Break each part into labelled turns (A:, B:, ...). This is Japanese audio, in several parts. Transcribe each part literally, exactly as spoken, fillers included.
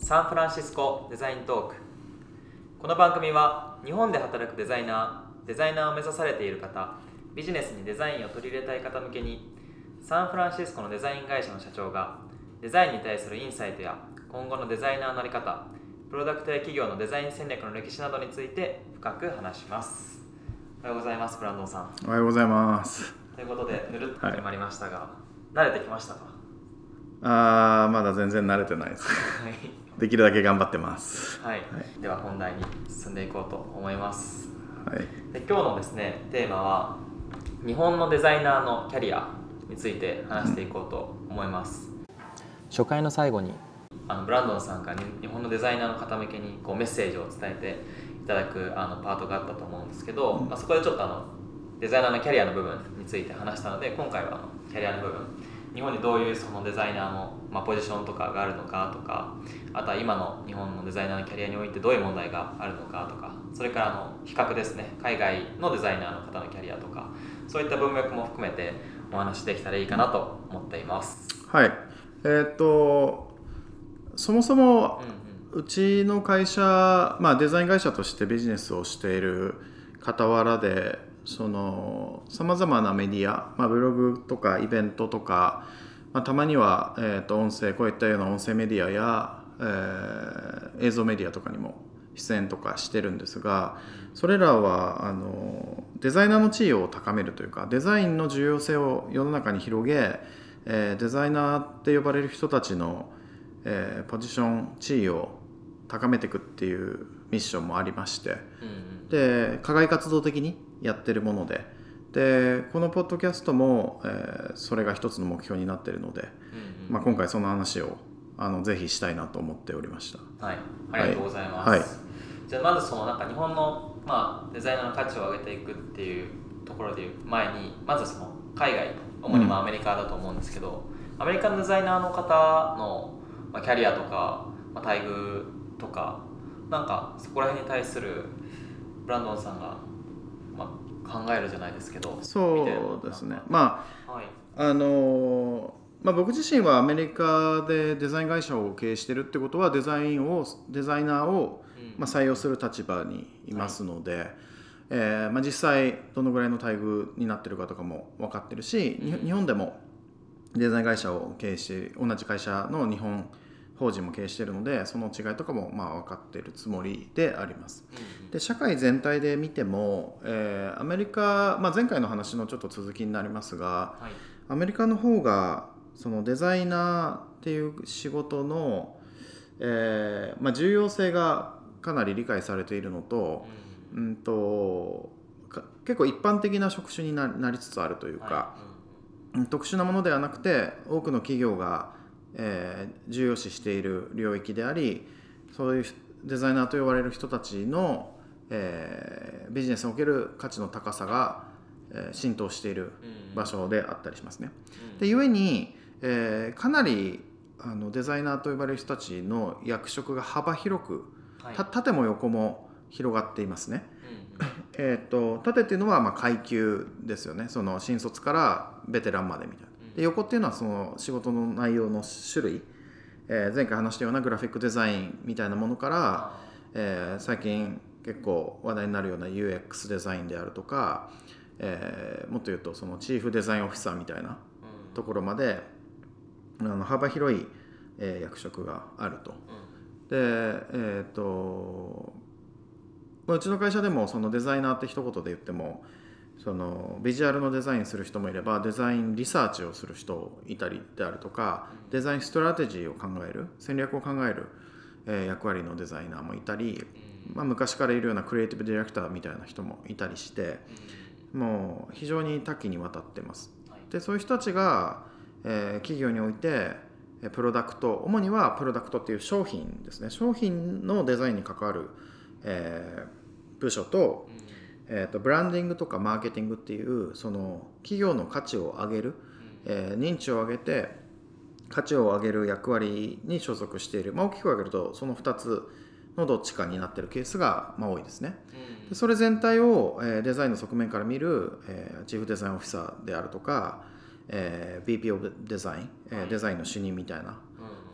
A: サンフランシスコデザイントーク。この番組は日本で働くデザイナー、デザイナーを目指されている方、ビジネスにデザインを取り入れたい方向けに、サンフランシスコのデザイン会社の社長がデザインに対するインサイトや今後のデザイナーの在り方、プロダクトや企業のデザイン戦略の歴史などについて深く話します。おはようございます。ブランドンさん。
B: おはようございます。
A: ということでぬるっと始まりましたが、はい、慣れてきましたか？
B: あーまだ全然慣れてないですねできるだけ頑張ってます。
A: はい、はい、では本題に進んでいこうと思います。
B: はい、
A: で今日のですねテーマは日本のデザイナーのキャリアについて話していこうと思います。うん、初回の最後にあのブランドンさんから日本のデザイナーの方向けにこうメッセージを伝えていただくあのパートがあったと思うんですけど、うん、まあ、そこでちょっとあのデザイナーのキャリアの部分について話したので、今回はあのキャリアの部分、日本にどういうそのデザイナーの、まあ、ポジションとかがあるのかとか、あとは今の日本のデザイナーのキャリアにおいてどういう問題があるのかとか、それからあの比較ですね、海外のデザイナーの方のキャリアとか、そういった文脈も含めてお話できたらいいかなと思っています。
B: はい、えー、っとそもそも、うんうん、うちの会社、まあ、デザイン会社としてビジネスをしている傍らでそのさまざまなメディア、まあ、ブログとかイベントとか、まあ、たまには、えー、と音声こういったような音声メディアや、えー、映像メディアとかにも出演とかしてるんですが、それらはあのデザイナーの地位を高めるというか、デザインの重要性を世の中に広げ、えー、デザイナーって呼ばれる人たちの、えー、ポジション地位を高めていくっていうミッションもありまして、うんうん、で課外活動的にやってるもので、でこのポッドキャストも、えー、それが一つの目標になっているので、うんうん、まあ、今回その話をあのぜひしたいなと思っておりました。
A: はい、ありがとうございます。はいはい、じゃあまずそのなんか日本の、まあ、デザイナーの価値を上げていくっていうところでいう前に、まずその海外、主にまあアメリカだと思うんですけど、うん、アメリカのデザイナーの方の、まあ、キャリアとか、まあ、待遇とか、なんかそこら辺に対するブランドンさんが、まあ、考えるじゃないですけど、
B: そうですね、まあ、
A: はい、
B: あのまあ、僕自身はアメリカでデザイン会社を経営しているってことは、デザインをデザイナーを、まあ、採用する立場にいますので、はい、えーまあ、実際どのぐらいの待遇になってるかとかも分かってるし、うん、日本でもデザイン会社を経営して同じ会社の日本法人も経営しているので、その違いとかもまあ分かっているつもりであります。うんうん、で社会全体で見ても、えー、アメリカ、まあ、前回の話のちょっと続きになりますが、はい、アメリカの方がそのデザイナーっていう仕事の、えーまあ、重要性がかなり理解されているのと、うん、うんと結構一般的な職種に な, なりつつあるというか、はい、うん、特殊なものではなくて多くの企業が、えー、重要視している領域であり、そういうデザイナーと呼ばれる人たちの、えー、ビジネスにおける価値の高さが、えー、浸透している場所であったりしますね。うん、でゆえにえー、かなりあのデザイナーと呼ばれる人たちの役職が幅広く、はい、た縦も横も広がっていますね。うんうん、えーと縦っていうのはまあ階級ですよね。その新卒からベテランまでみたいな。で横っていうのはその仕事の内容の種類、えー、前回話したようなグラフィックデザインみたいなものから、えー、最近結構話題になるような ユーエックス デザインであるとか、えー、もっと言うとそのチーフデザインオフィサーみたいなところまで、あの幅広い、えー、役職があると。うん、で、えーとまあ、うちの会社でもそのデザイナーって一言で言っても、そのビジュアルのデザインする人もいれば、デザインリサーチをする人いたりであるとか、うん、デザインストラテジーを考える、戦略を考える、えー、役割のデザイナーもいたり、うん、まあ、昔からいるようなクリエイティブディレクターみたいな人もいたりして、うん、もう非常に多岐にわたってます。はい、でそういう人たちがえー、企業においてプロダクト、主にはプロダクトっていう商品ですね、商品のデザインに関わる、えー、部署と、うん、えーと、ブランディングとかマーケティングっていうその企業の価値を上げる、うん、えー、認知を上げて価値を上げる役割に所属している、まあ、大きく分けるとそのふたつのどっちかになっているケースがまあ多いですね。うん、でそれ全体を、えー、デザインの側面から見る、えー、チーフデザインオフィサーであるとか、えー、ブイピー オブデザイン、えー、デザインの主任みたいな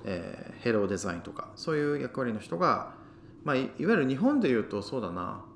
B: えー、ヘローデザインとかそういう役割の人が、まあ、い, いわゆる日本でいうとそうだな、はい、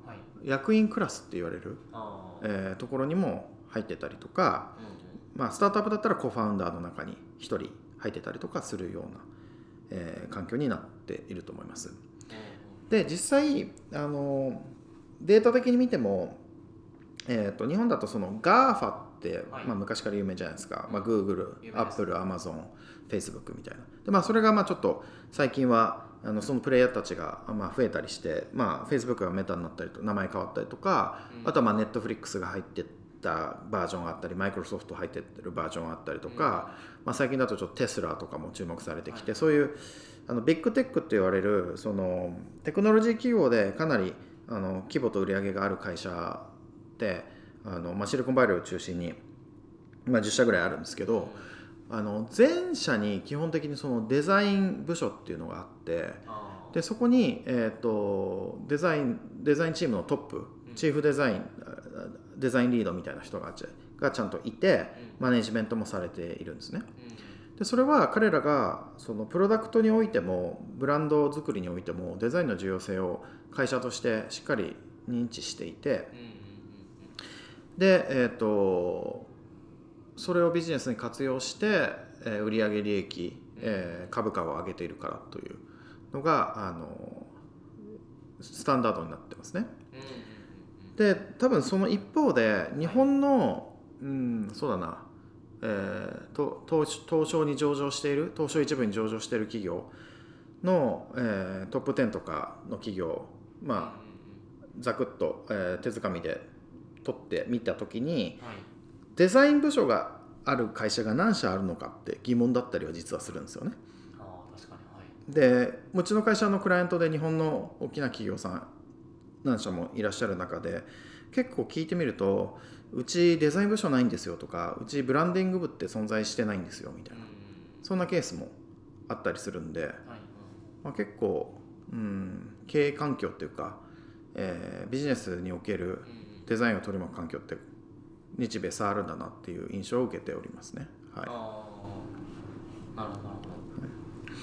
B: 役員クラスって言われる、えー、ところにも入ってたりとか、うんうんまあ、スタートアップだったらコファウンダーの中にひとり入ってたりとかするような、えー、環境になっていると思います。で実際あのデータ的に見ても、えー、と日本だとその ガーファ って、はいまあ、昔から有名じゃないですか、まあ、Google、Apple、Amazon、Facebook みたいなで、まあ、それがまあちょっと最近はあのそのプレイヤーたちがまあ増えたりして、まあ、Facebook がメタになったりと名前変わったりとか、うん、あとはまあ Netflix が入ってったバージョンがあったり Microsoft 入ってるバージョンがあったりとか、うんまあ、最近だとちょっとテスラとかも注目されてきて、はい、そういうあのビッグテックって言われるそのテクノロジー企業でかなりあの規模と売り上げがある会社ってあの、まあ、シリコンバレーを中心に、まあ、じゅっしゃぐらいあるんですけど、あの全社に基本的にそのデザイン部署っていうのがあってでそこに、えー、とデザインデザインチームのトップチーフデザインデザインリードみたいな人ががちゃんといてマネジメントもされているんですね。でそれは彼らがそのプロダクトにおいてもブランド作りにおいてもデザインの重要性を会社としてしっかり認知していて、で、えーと、それをビジネスに活用して、えー、売上利益、えー、株価を上げているからというのがあのスタンダードになってますね。で多分その一方で日本の、うん、そうだなえー、と 東, 東証に上場している東証一部に上場している企業の、えー、トップじゅうとかの企業まあざくっと、えー、手づかみで取ってみたときに、はい、デザイン部署がある会社が何社あるのかって疑問だったりは実はするんですよね。
A: あ確かに、はい、
B: でうちの会社のクライアントで日本の大きな企業さん何社もいらっしゃる中で結構聞いてみるとうちデザイン部署ないんですよとかうちブランディング部って存在してないんですよみたいな、うん、そんなケースもあったりするんで、はいまあ、結構、うん、経営環境っていうか、えー、ビジネスにおけるデザインを取り巻く環境って日米差あるんだなっていう印象を受けておりますね。はい、
A: あなるほどなるほど、はい、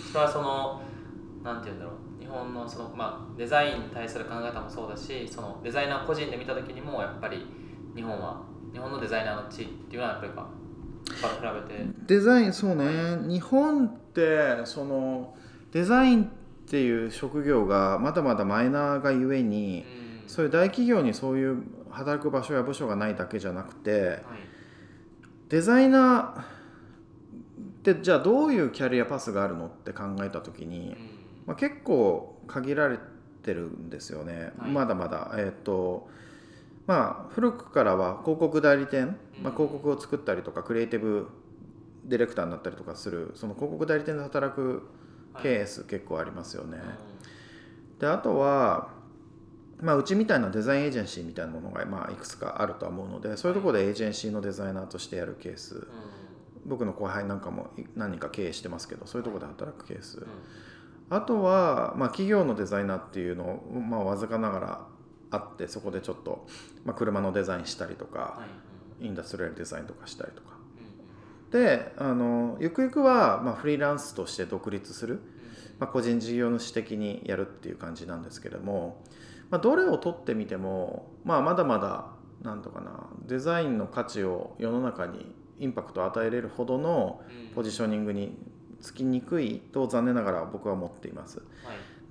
A: それはそのなんて言うんだろう日本のその、まあ、デザインに対する考え方もそうだしそのデザイナー個人で見た時にもやっぱり日本は日本のデザイナーの地っていうのはやっぱりか比べて
B: デザインそうね、はい、日本ってそのデザインっていう職業がまだまだマイナーがゆえに、うん、そういう大企業にそういう働く場所や部署がないだけじゃなくて、はい、デザイナーってじゃあどういうキャリアパスがあるのって考えた時に、うんまあ、結構限られてるんですよね、はい、まだまだえっ、ー、とまあ古くからは広告代理店、まあ、広告を作ったりとかクリエイティブディレクターになったりとかするその広告代理店で働くケース結構ありますよね、はい、であとは、まあ、うちみたいなデザインエージェンシーみたいなものが、まあ、いくつかあるとは思うのでそういうところでエージェンシーのデザイナーとしてやるケース、うん、僕の後輩なんかも何人か経営してますけどそういうところで働くケース、うん、あとは、まあ、企業のデザイナーっていうのを、まあ、わずかながらあってそこでちょっと、まあ、車のデザインしたりとか、はいうん、インダストリアルデザインとかしたりとか、うん、であのゆくゆくは、まあ、フリーランスとして独立する、うんまあ、個人事業主的にやるっていう感じなんですけれども、まあ、どれを取ってみても、まあ、まだまだなんとかなデザインの価値を世の中にインパクトを与えれるほどのポジショニングにつきにくいと残念ながら僕は思っています、はい、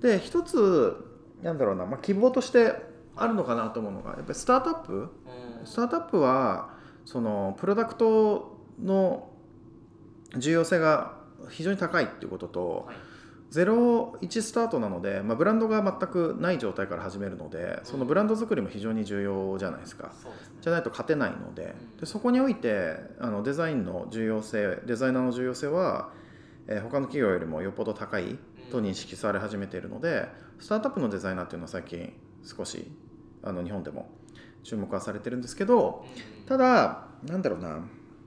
B: で一つなんだろうな、まあ、希望としてあるのかなと思うのがやっぱりスタートアップ、うん、スタートアップはそのプロダクトの重要性が非常に高いっていうことと、はい、ゼロイチスタートなので、まあ、ブランドが全くない状態から始めるのでそのブランド作りも非常に重要じゃないですか、うんそうですね、じゃないと勝てないので、うん、でそこにおいてあのデザインの重要性デザイナーの重要性は、えー、他の企業よりもよっぽど高いと認識され始めているのでスタートアップのデザイナーっていうのは最近少しあの日本でも注目はされてるんですけどただなんだろうな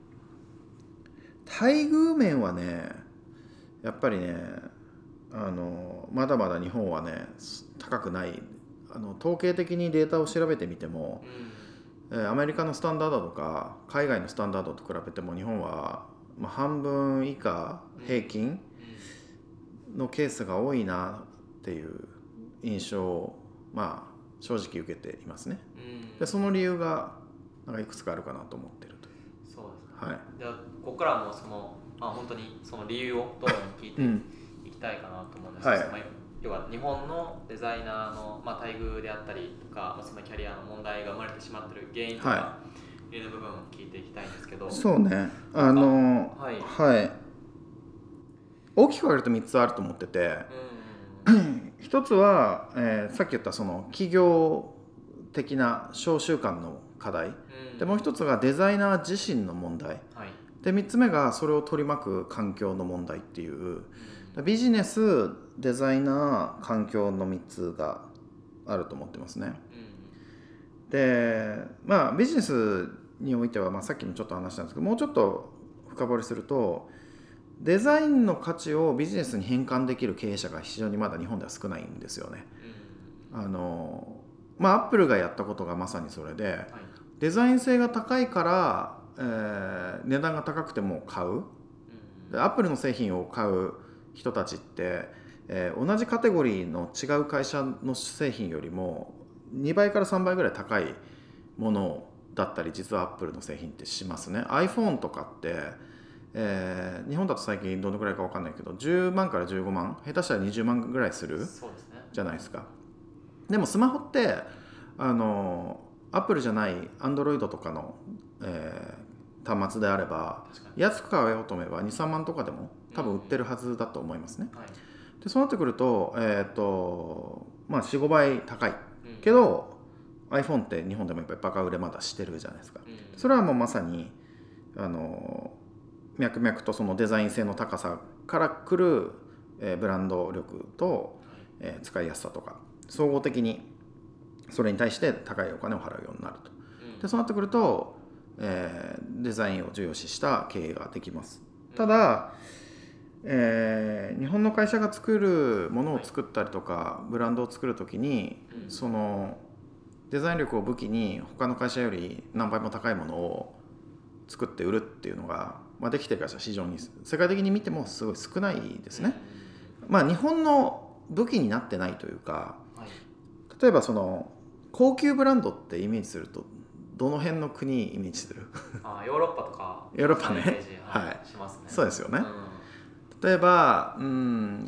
B: 待遇面はねやっぱりねあのまだまだ日本はね高くないあの統計的にデータを調べてみても、うん、アメリカのスタンダードとか海外のスタンダードと比べても日本は、まあ、半分以下平均のケースが多いなっていう印象を、まあ、正直受けていますね。
A: うん、
B: でその理由がなんかいくつかあるかなと思っていると。
A: そうですね、
B: はい、
A: じゃあここからもその、まあ、本当にその理由をどんどん聞いていきたいかなと思うんですけど、
B: はい、
A: まあ、要は日本のデザイナーの、まあ、待遇であったりとか、まあ、そのキャリアの問題が生まれてしまっている原因とか、はい、いう部分を聞いていきたいんですけど。
B: そうね、あの
A: はい、
B: はい、大きく分けるとみっつあると思ってて、うん、一つは、えー、さっき言ったその企業的な商習慣の課題、うん、でもう一つがデザイナー自身の問題、はい、でみっつめがそれを取り巻く環境の問題っていう、うん、ビジネス、デザイナー、環境のみっつがあると思ってますね。うん、でまあビジネスにおいては、まあ、さっきもちょっと話したんですけど、もうちょっと深掘りするとデザインの価値をビジネスに変換できる経営者が非常にまだ日本では少ないんですよね。うん、あのまあアップルがやったことがまさにそれで、はい、デザイン性が高いから、えー、値段が高くても買う。でアップルの製品を買う人たちって、えー、同じカテゴリーの違う会社の製品よりもにばいからさんばいぐらい高いものだったり、実はアップルの製品ってしますね。 iPhone とかって、えー、日本だと最近どのくらいか分かんないけどじゅうまんからじゅうごまん、下手したらにじゅうまんぐらいするじゃないですか。でもスマホってあのアップルじゃない Android とかの、えー、端末であれば安く買おうと思えばにさんまんとかでも多分売ってるはずだと思いますね。うん、はい、でそうなってくると、えーとまあ、よん、ごばい高いけど、うん、iPhone って日本でもやっぱりバカ売れまだしてるじゃないですか。うん、それはもうまさにあの脈々とそのデザイン性の高さからくる、えー、ブランド力と、えー、使いやすさとか総合的にそれに対して高いお金を払うようになると。うん、でそうなってくると、えー、デザインを重要視した経営ができます。ただ、えー、日本の会社が作るものを作ったりとかブランドを作るときに、うん、そのデザイン力を武器に他の会社より何倍も高いものを作って売るっていうのが、まあ、できてる会社は非常に世界的に見てもすごい少ないですね。まあ日本の武器になってないというか、例えばその高級ブランドってイメージするとどの辺の国イメージする？
A: あヨーロッパとか
B: ヨーロッパね、
A: はい、しますね。
B: そうですよね。うん、例えば、うん、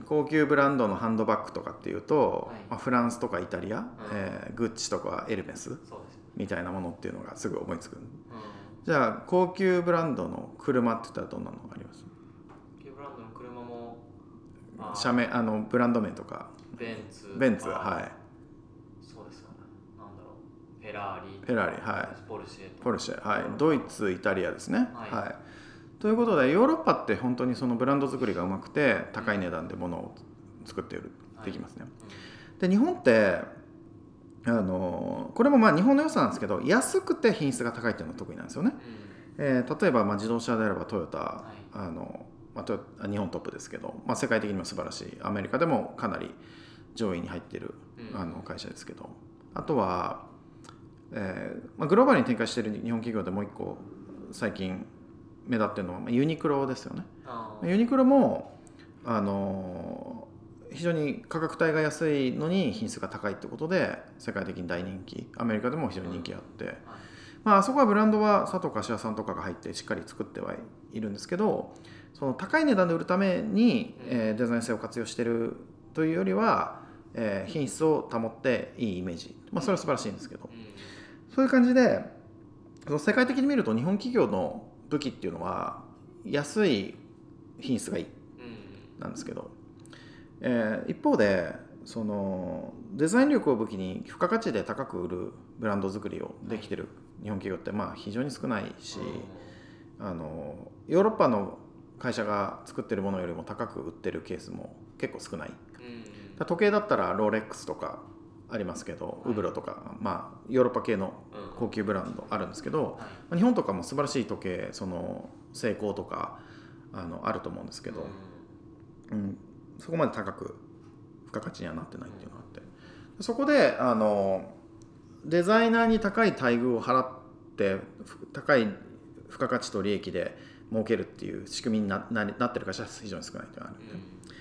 B: 高級ブランドのハンドバッグとかっていうと、はい、まあ、フランスとかイタリア、うん、えー、グッチとかエルメスみたいなものっていうのがすぐ思いつく。うん、じゃあ高級ブランドの車って言ったらどんなのがあります？
A: 高級ブランドの車も
B: 社名、あのブランド名とか
A: ベンツ
B: ベンツ、はい、
A: そうですよね。なんだろう、フェラーリ
B: フェラーリ、はい、
A: ポルシェ
B: ポルシェ、はい、ドイツ、イタリアですね。はい、はい、ということでヨーロッパって本当にそのブランド作りがうまくて高い値段で物を作って売る、はい、できますね。うん、で日本ってあのこれもまあ日本の良さなんですけど、安くて品質が高いっていうのが得意なんですよね。うん、えー、例えばまあ自動車であればトヨタ、はい、あのまあ、トヨ日本トップですけど、まあ、世界的にも素晴らしい、アメリカでもかなり上位に入っている、うん、あの会社ですけど、あとは、えーまあ、グローバルに展開している日本企業でもう一個最近目立っているのは、まあ、ユニクロですよね。ユニクロもあの非常に価格帯が安いのに品質が高いってことで世界的に大人気、アメリカでも非常に人気があって、うん、まあ、あそこはブランドは佐藤柏さんとかが入ってしっかり作ってはいるんですけど、その高い値段で売るために、えー、デザイン性を活用しているというよりは、えー、品質を保っていいイメージ、まあ、それは素晴らしいんですけど、そういう感じでその世界的に見ると日本企業の武器っていうのは安い品質がいいなんですけど、えー、一方でそのデザイン力を武器に付加価値で高く売るブランド作りをできてる日本企業ってまあ非常に少ないし、あのヨーロッパの会社が作ってるものよりも高く売ってるケースも結構少ない。だ時計だったらローレックスとかありますけど、ウブロとか、まあ、ヨーロッパ系の高級ブランドあるんですけど、まあ、日本とかも素晴らしい時計、そのセイコーとかあのあると思うんですけど、うん、そこまで高く付加価値にはなってないっていうのがあって、そこであのデザイナーに高い待遇を払って高い付加価値と利益で儲けるっていう仕組みに な, な, なってる会社は非常に少ないというのがあるんで、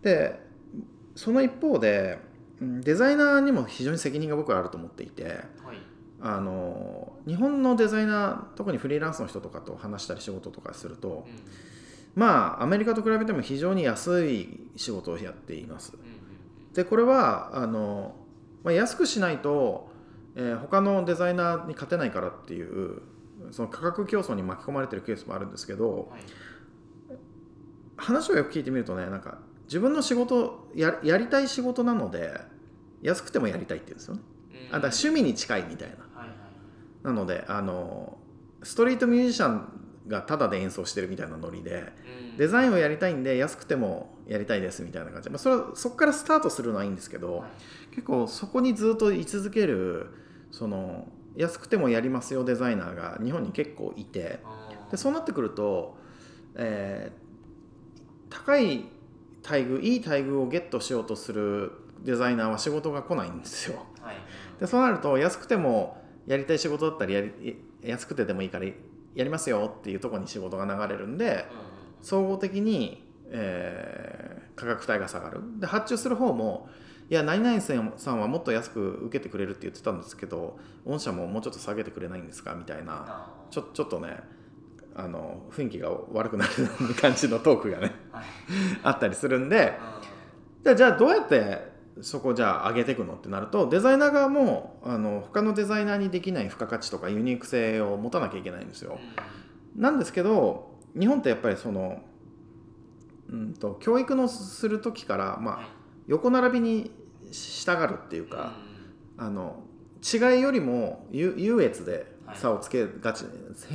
B: でその一方でデザイナーにも非常に責任が僕はあると思っていて、はい、あの日本のデザイナー、特にフリーランスの人とかと話したり仕事とかすると、うん、まあアメリカと比べても非常に安い仕事をやっています、うん、でこれはあの、まあ、安くしないと、えー、他のデザイナーに勝てないからっていうその価格競争に巻き込まれてるケースもあるんですけど、はい、話をよく聞いてみるとね、なんか自分の仕事 や, やりたい仕事なので安くてもやりたいって言うんですよね、うん、あだから趣味に近いみたいな、はいはい、なのであのストリートミュージシャンがタダで演奏してるみたいなノリで、うん、デザインをやりたいんで安くてもやりたいですみたいな感じで、まあ、それはそこからスタートするのはいいんですけど、はい、結構そこにずっと居続けるその安くてもやりますよデザイナーが日本に結構いて、でそうなってくると、えー、高い待遇いい待遇をゲットしようとするデザイナーは仕事が来ないんですよ、はい、でそうなると安くてもやりたい仕事だったりやり安くてでもいいからやりますよっていうところに仕事が流れるんで、うん、総合的に、えー、価格帯が下がる。で発注する方もいや何々さんはもっと安く受けてくれるって言ってたんですけど御社ももうちょっと下げてくれないんですかみたいなちょ、ちょっとねあの雰囲気が悪くなる感じのトークがね、はい、あったりするんで、じゃあ、じゃあどうやってそこをじゃあ上げていくのってなると、デザイナー側もあの他のデザイナーにできない付加価値とかユニーク性を持たなきゃいけないんですよ、うん、なんですけど日本ってやっぱりその、うんと、教育のする時から、まあ、横並びに従うっていうか、うん、あの違いよりも優越で差をつけがち、はい、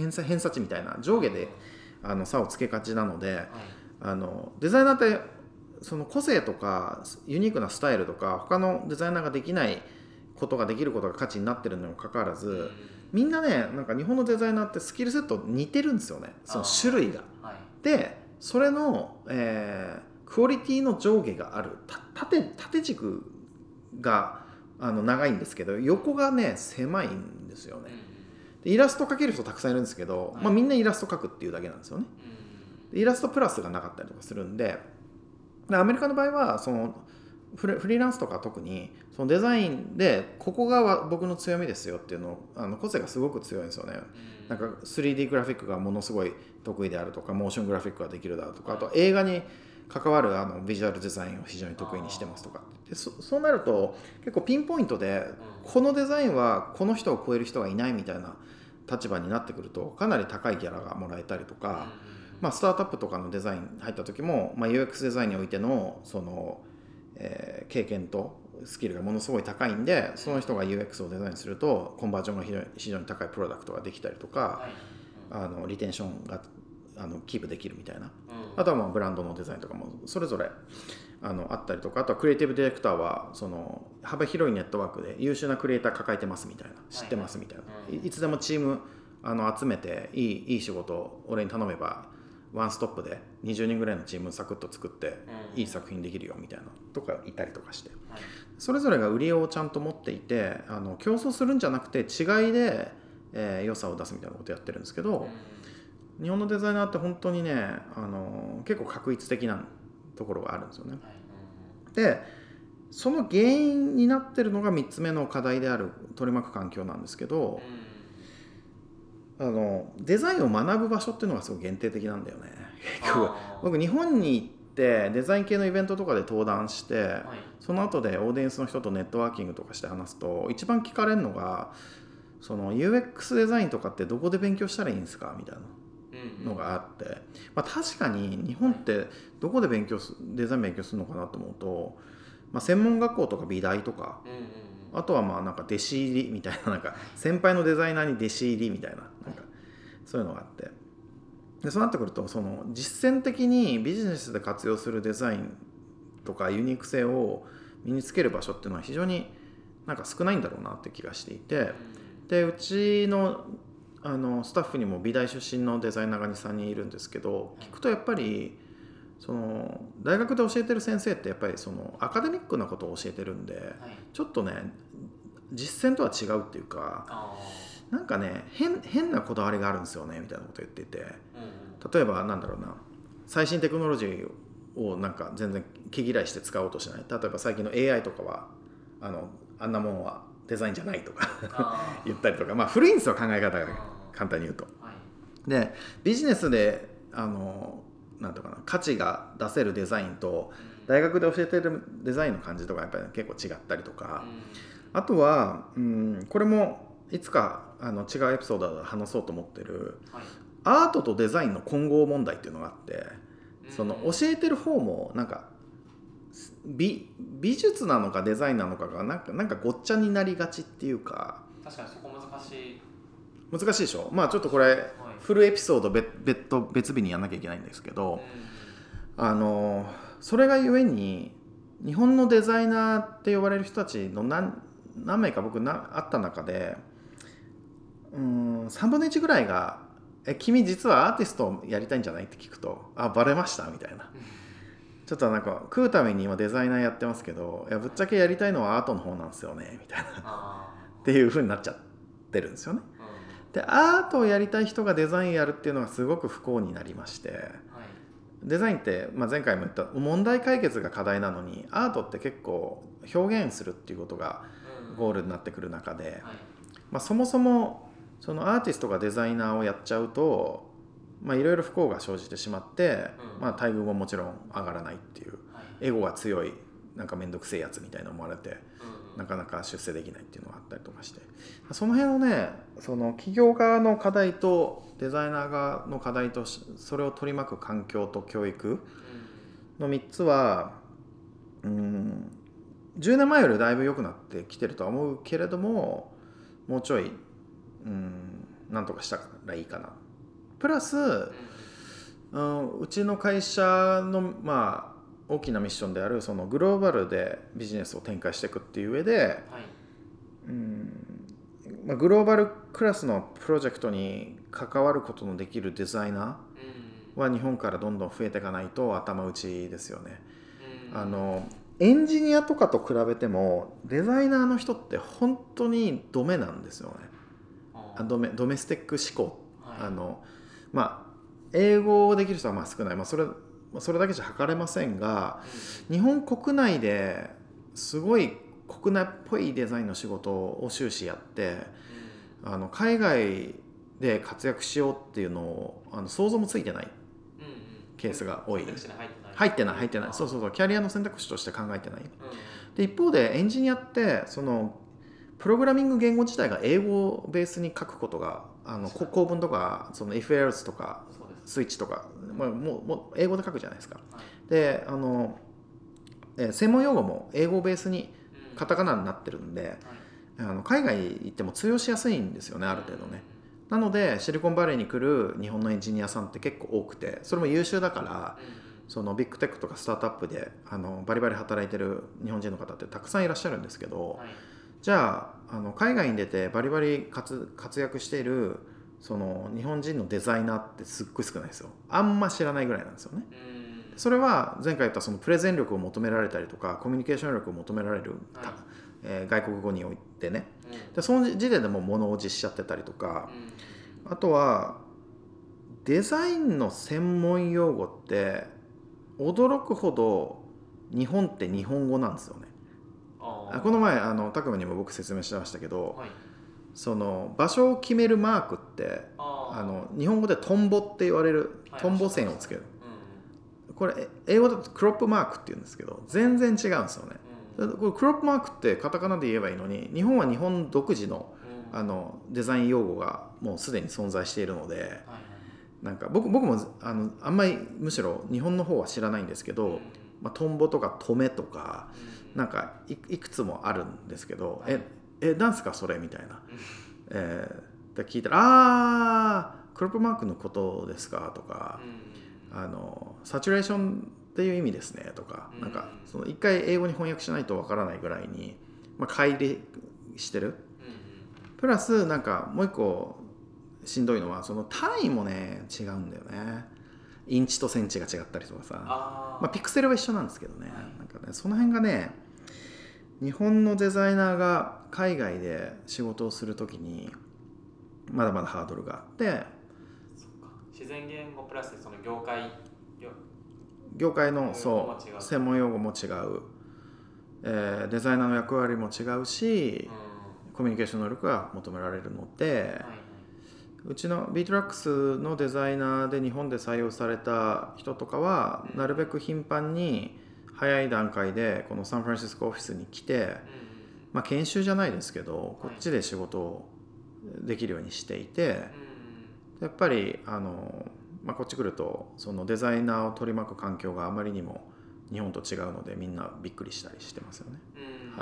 B: 偏差、偏差値みたいな上下であの差をつけがちなので、はい、あのデザイナーってその個性とかユニークなスタイルとか他のデザイナーができないことができることが価値になってるのにもかかわらず、うん、みんなねなんか日本のデザイナーってスキルセット似てるんですよね、その種類が、はい、でそれの、えー、クオリティの上下がある。縦、縦軸があの長いんですけど横がね狭いんですよね。でイラスト描ける人たくさんいるんですけど、まあ、みんなイラスト描くっていうだけなんですよね。でイラストプラスがなかったりとかするんで、でアメリカの場合はそのフレ、フリーランスとか特にそのデザインでここが僕の強みですよっていうのあの個性がすごく強いんですよね。なんか スリーディー グラフィックがものすごい得意であるとか、モーショングラフィックができるだとか、あと映画に関わるあのビジュアルデザインを非常に得意にしてますとか、で そ, そうなると結構ピンポイントでこのデザインはこの人を超える人がいないみたいな立場になってくるとかなり高いギャラがもらえたりとか、まあ、スタートアップとかのデザイン入った時も、まあ、ユーエックス デザインにおいてのその、えー、経験とスキルがものすごい高いんで、その人が ユーエックス をデザインするとコンバージョンが非常に、非常に高いプロダクトができたりとか、あのリテンションがあのキープできるみたいな、あとはまあブランドのデザインとかもそれぞれあのあったりとか、あとはクリエイティブディレクターはその幅広いネットワークで優秀なクリエイター抱えてますみたいな、知ってますみたいな、いつでもチームあの集めていい、いい仕事を俺に頼めばワンストップでにじゅうにんぐらいのチームサクッと作っていい作品できるよみたいなとかいたりとかして、それぞれが売りをちゃんと持っていて、あの競争するんじゃなくて違いで、えー、良さを出すみたいなことをやってるんですけど、日本のデザイナーって本当にねあの結構画一的なところがあるんですよね。でその原因になってるのがみっつめの課題である取り巻く環境なんですけど、あのデザインを学ぶ場所っていうのがすごい限定的なんだよね。結局僕日本に行ってデザイン系のイベントとかで登壇して、はい、その後でオーディエンスの人とネットワーキングとかして話すと一番聞かれるのがその ユーエックス デザインとかってどこで勉強したらいいんですかみたいなのがあって、まあ、確かに日本ってどこで勉強すデザイン勉強するのかなと思うと、まあ、専門学校とか美大とか、あとはまあなんか弟子入りみたいな、なんか先輩のデザイナーに弟子入りみたいな、なんかそういうのがあって、でそうなってくるとその実践的にビジネスで活用するデザインとかユニーク性を身につける場所っていうのは非常になんか少ないんだろうなって気がしていて、でうちのあのスタッフにも美大出身のデザイナーがにさんにんいるんですけど、聞くとやっぱりその大学で教えてる先生ってやっぱりそのアカデミックなことを教えてるんで、はい、ちょっとね実践とは違うっていうか、なんかね 変, 変なこだわりがあるんですよねみたいなこと言っていて、うんうん、例えばなんだろうな最新テクノロジーをなんか全然毛嫌いして使おうとしない。例えば最近の エーアイ とかはあのあんなもんはデザインじゃないとか言ったりとか、まあ古いんですよ、考え方が簡単に言うと。はい、でビジネスであのなんとかな価値が出せるデザインと大学で教えてるデザインの感じとかやっぱり結構違ったりとか、あとは、うん、これもいつかあの違うエピソードで話そうと思ってる、はい、アートとデザインの混合問題っていうのがあって、その教えてる方もなんか 美, 美術なのかデザインなのかがなんかなんかごっちゃになりがちっていうか。
A: 確かにそこ難しい
B: 難しいでしょ。まあちょっとこれ、はい、フルエピソード 別, 別, 別日にやんなきゃいけないんですけど、うん、あのそれがゆえに日本のデザイナーって呼ばれる人たちの 何, 何名か僕な会った中で、うーんさんぶんのいちぐらいがえ君実はアーティストをやりたいんじゃないって聞くと、あバレましたみたいな、ちょっとなんか食うために今デザイナーやってますけど、いやぶっちゃけやりたいのはアートの方なんですよねみたいなっていう風になっちゃってるんですよね。でアートをやりたい人がデザインやるっていうのがすごく不幸になりまして、はい、デザインって、まあ、前回も言った問題解決が課題なのに、アートって結構表現するっていうことがゴールになってくる中で、はい、まあ、そもそもそのアーティストがデザイナーをやっちゃうといろいろ不幸が生じてしまって、うん、まあ、待遇ももちろん上がらないっていう、はい、エゴが強いなんかめんどくせえやつみたいな思われて、うん、なかなか出世できないっていうのがあったりとかして、その辺をね、その企業側の課題とデザイナー側の課題とそれを取り巻く環境と教育のみっつは、うん、じゅうねんまえよりだいぶ良くなってきてるとは思うけれども、もうちょい、うん、なんとかしたらいいかな。プラス、うん、うちの会社のまあ大きなミッションであるそのグローバルでビジネスを展開していくっていう上で、はい、うんまあ、グローバルクラスのプロジェクトに関わることのできるデザイナーは日本からどんどん増えていかないと頭打ちですよね。あのエンジニアとかと比べてもデザイナーの人って本当にドメなんですよね。ドメ、ドメスティック思考、はい、あのまあ英語できる人はまあ少ない、まあ、それそれだけじゃ測れませんが、うん、日本国内ですごい国内っぽいデザインの仕事を終始やって、うん、あの海外で活躍しようっていうのをあの想像もついてないケースが多い。入ってない入ってないそうそうそうキャリアの選択肢として考えてない、うん、で一方でエンジニアってそのプログラミング言語自体が英語をベースに書くことがあの構文とかその if else とかスイッチとか、まあ、もうもう英語で書くじゃないですか、はい、であの、えー、専門用語も英語をベースにカタカナになってるんで、うん、あの海外行っても通用しやすいんですよね、ある程度ね。なのでシリコンバレーに来る日本のエンジニアさんって結構多くて、それも優秀だから、うん、そのビッグテックとかスタートアップであのバリバリ働いてる日本人の方ってたくさんいらっしゃるんですけど、はい、じゃあ、あの海外に出てバリバリ 活, 活躍しているその日本人のデザイナーってすっごい少ないですよ。あんま知らないぐらいなんですよね。それは前回言ったそのプレゼン力を求められたりとかコミュニケーション力を求められる、はい、えー、外国語においてね、うん、でその時点でもう物おじしちゃってたりとか、うん、あとはデザインの専門用語って驚くほど日本って日本語なんですよね。あこの前あの拓磨にも僕説明してましたけど、はい、その場所を決めるマークってあの日本語でトンボって言われる、はい、トンボ線をつける、うん、これ英語だとクロップマークって言うんですけど全然違うんですよね、うん、これクロップマークってカタカナで言えばいいのに日本は日本独自の、うん、あのデザイン用語がもうすでに存在しているので、はいはい、なんか 僕, 僕もあのあんまりむしろ日本の方は知らないんですけど、うん、まあ、トンボとかトメとか、うん、なんか い, いくつもあるんですけど、はい、ええなんすかそれみたいな、うん、えー、で聞いたらあークロップマークのことですかとか、うん、あのサチュレーションっていう意味ですねとか、うん、なんかその一回英語に翻訳しないとわからないぐらいに、まあ、乖離してる、うん、プラスなんかもう一個しんどいのはその単位もね違うんだよね。インチとセンチが違ったりとかさ、あ、まあ、ピクセルは一緒なんですけどね、はい、なんかねその辺がね日本のデザイナーが海外で仕事をするときにまだまだハードルがあって、
A: そっか自然言語プラスその業界
B: 業界のそ
A: 専門用語も違う
B: う専門用語も違う、えーデザイナーの役割も違うし、
A: うん
B: コミュニケーション能力が求められるので、
A: はいはい、
B: うちのビートラックスのデザイナーで日本で採用された人とかは、
A: うん
B: なるべく頻繁に早い段階でこのサンフランシスコオフィスに来て、
A: うん
B: まあ、研修じゃないですけど、
A: はい
B: こっちで仕事をできるようにしていて、
A: うん
B: やっぱりあの、まあ、こっち来るとそのデザイナーを取り巻く環境があまりにも日本と違うのでみんなびっくりしたりしてますよね。
A: うん
B: はい、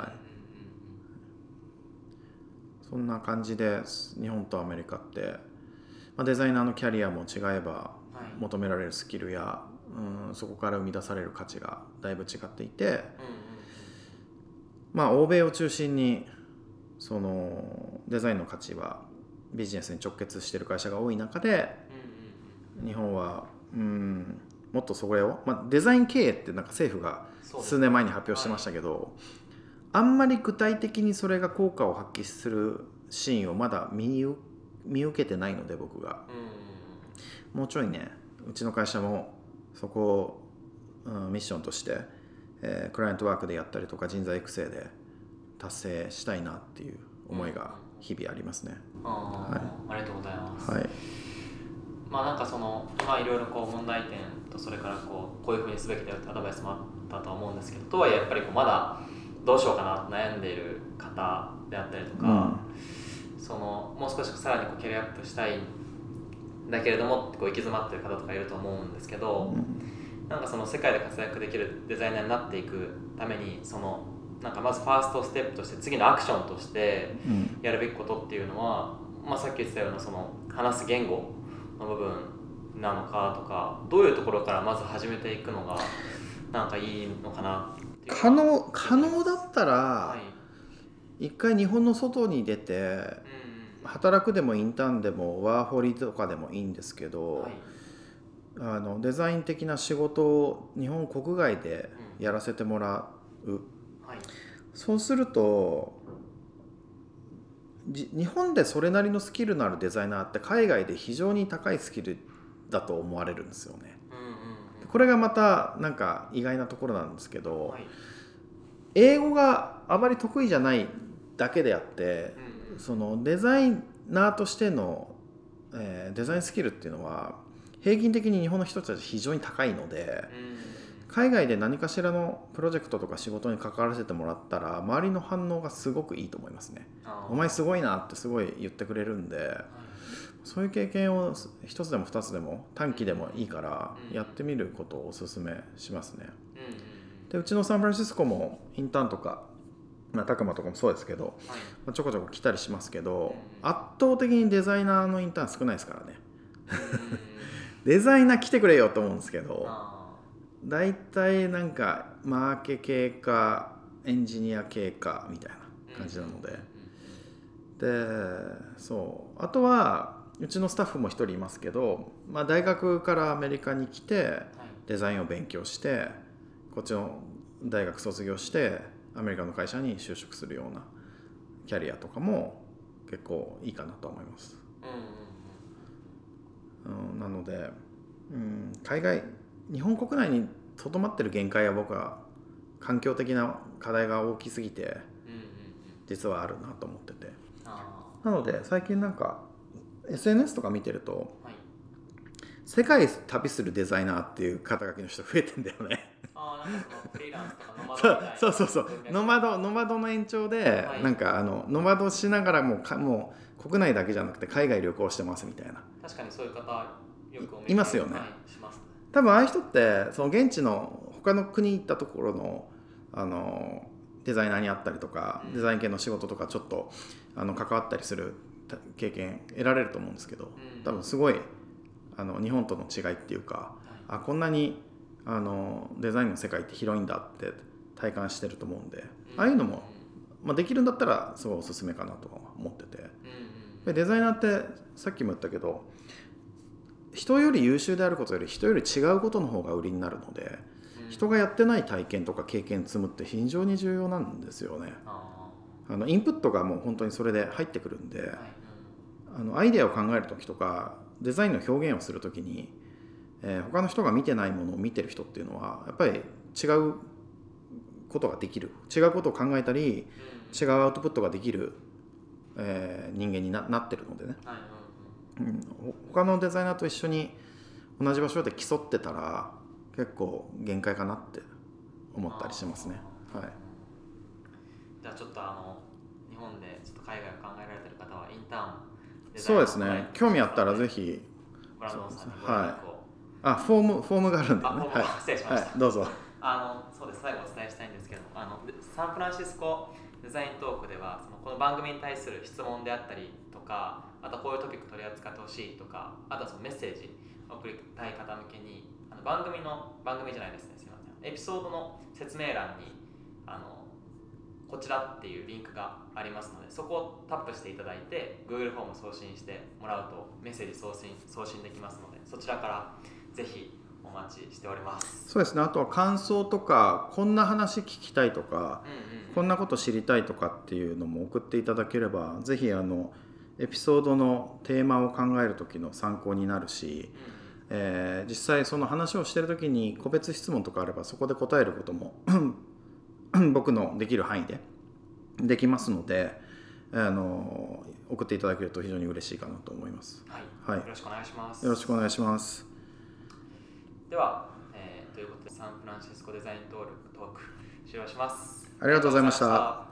B: そんな感じで日本とアメリカって、まあ、デザイナーのキャリアも違えば
A: はい
B: 求められるスキルや、うん、そこから生み出される価値がだいぶ違っていて、
A: うんうん
B: まあ欧米を中心にそのデザインの価値はビジネスに直結している会社が多い中で、
A: うんうんうん
B: 日本はうんもっとそれを、まあ、デザイン経営ってなんか政府が
A: そうです
B: 数年前に発表してましたけど、あんまり具体的にそれが効果を発揮するシーンをまだ見う見受けてないので、僕が
A: うんうん
B: もうちょいね、うちの会社もそこを、うん、ミッションとして、えークライアントワークでやったりとか人材育成で達成したいなっていう思いが日々ありますね。
A: あー、
B: はい
A: ありがとうございます。
B: はい、
A: まあなんかその今いろいろこう問題点とそれからこうこういうふうにすべきだよってアドバイスもあったとは思うんですけど、とはいえやっぱりこうまだどうしようかな悩んでいる方であったりとか、そのもう少しさらにこうキャリアアップしたいんだけれどもこう行き詰まっている方とかいると思うんですけど、なんかその世界で活躍できるデザイナーになっていくためにそのなんかまずファーストステップとして次のアクションとして
B: うん
A: やるべきことっていうのは、まあ、さっき言ってたようなその話す言語の部分なのかとか、どういうところからまず始めていくのがなんかいいのかなっていう
B: 可能可能だったら、
A: はい
B: 一回日本の外に出て
A: うん
B: 働くでもインターンでもワーホリとかでもいいんですけ
A: うん
B: ど、
A: はい
B: あのデザイン的な仕事を日本国外でやらせてもらう、
A: はい
B: そうするとじ日本でそれなりのスキルのあるデザイナーって海外で非常に高いスキルだと思われるんですよね。
A: うんうんうん
B: これがまたなんか意外なところなんですけど、
A: はい
B: 英語があまり得意じゃないだけであって、
A: うんうん
B: そのデザイナーとしての、えーデザインスキルっていうのは平均的に日本の人たち非常に高いので、
A: うん
B: 海外で何かしらのプロジェクトとか仕事に関わらせてもらったら周りの反応がすごくいいと思いますね。
A: あー
B: お前すごいなってすごい言ってくれるんで、
A: はい
B: そういう経験を一つでも二つでも短期でもいいから
A: うん
B: やってみることをお勧めしますね。
A: うんうんうん
B: でうちのサンフランシスコもインターンとか、まあ、タクマとかもそうですけど、
A: はい
B: まあちょこちょこ来たりしますけど、
A: うん
B: 圧倒的にデザイナーのインターン少ないですからね。
A: うんうん
B: デザイナー来てくれよと思うんですけど、
A: あ
B: 大体なんかマーケ系かエンジニア系かみたい
A: ー
B: な感じなので、
A: うんうん
B: でそうあとはうちのスタッフも一人いますけど、まあ、大学からアメリカに来て
A: はい
B: デザインを勉強してこっちの大学卒業してアメリカの会社に就職するようなキャリアとかも結構いいかなと思います。
A: うんうんうん
B: うん、なので、うん、海外日本国内にとどまってる限界は僕は環境的な課題が大きすぎて
A: うんうんうん
B: 実はあるなと思ってて、
A: あ
B: なので最近なんか エスエヌエス とか見てると
A: ーはい
B: 世界旅するデザイナーっていう肩書きの人増えてんだよね。
A: あーなんかそのフリーランスとかノマドみ
B: そう
A: たいな
B: そうそうそう
A: 文脈
B: ノマドノマドの延長で、
A: はい
B: なんかあのノマドしながらもかもう国内だけじゃなくて海外旅行してますみたいな。
A: 確かにそういう方よくお見
B: いますよね
A: はい、しますね。
B: 多分ああいう人ってその現地の他の国行ったところのあのデザイナーに会ったりとか、
A: うん
B: デザイン系の仕事とかちょっとあの関わったりする経験得られると思うんですけど、
A: うん
B: 多分すごいあの日本との違いっていうか、
A: はい
B: あこんなにあのデザインの世界って広いんだって体感してると思うんで、ああいうのも、まあ、できるんだったらすごいおすすめかなと思ってて、
A: うんうん
B: でデザイナーってさっきも言ったけど人より優秀であることより人より違うことの方が売りになるので、
A: うん
B: 人がやってない体験とか経験積むって非常に重要なんですよね。
A: あ
B: あのインプットがもう本当にそれで入ってくるんで、
A: ーはい
B: あのアイデアを考える時とかデザインの表現をする時にえー、他の人が見てないものを見てる人っていうのはやっぱり違うことができる、違うことを考えたり、違うアウトプットができる、えー、人間に な, なってるのでね、はいうんうん、他のデザイナーと一緒に同じ場所で競ってたら結構限界かなって思ったりしますね。はい、
A: じゃあちょっとあの日本でちょっと海外を考えられてる方はインターンデザイ
B: そう
A: ナー
B: ですね、興味あったらぜひ
A: ブランドンさんにご連絡を、はい、
B: あフォームフォームがあるんでね、
A: あ、はい、失礼しました、
B: はい、どうぞ。
A: あのそうです、最後お伝えしたいんですけども、あのサンフランシスコデザイントークではそのこの番組に対する質問であったりとか、あとこういうトピック取り扱ってほしいとか、あとはそのメッセージを送りたい方向けにあの番組の番組じゃないですね、すみません、エピソードの説明欄にあのこちらっていうリンクがありますので、そこをタップしていただいて Google フォーム送信してもらうとメッセージ送信送信できますので、そちらからぜひお待ちしております。
B: そうですね、あとは感想とかこんな話聞きたいとか、うんうんうん、こんなこと知りたいとかっていうのも送っていただければ、ぜひあのエピソードのテーマを考える時の参考になるし、うんうんえー、実際その話をしてる時に個別質問とかあればそこで答えることも僕のできる範囲でできますので、あの送っていただけると非常に嬉しいかなと思います。
A: はい、はい、よろしくお願いします。
B: よろしくお願いします。
A: では、えー、ということでサンフランシスコデザイントークトーク終了します。
B: ありがとうございました。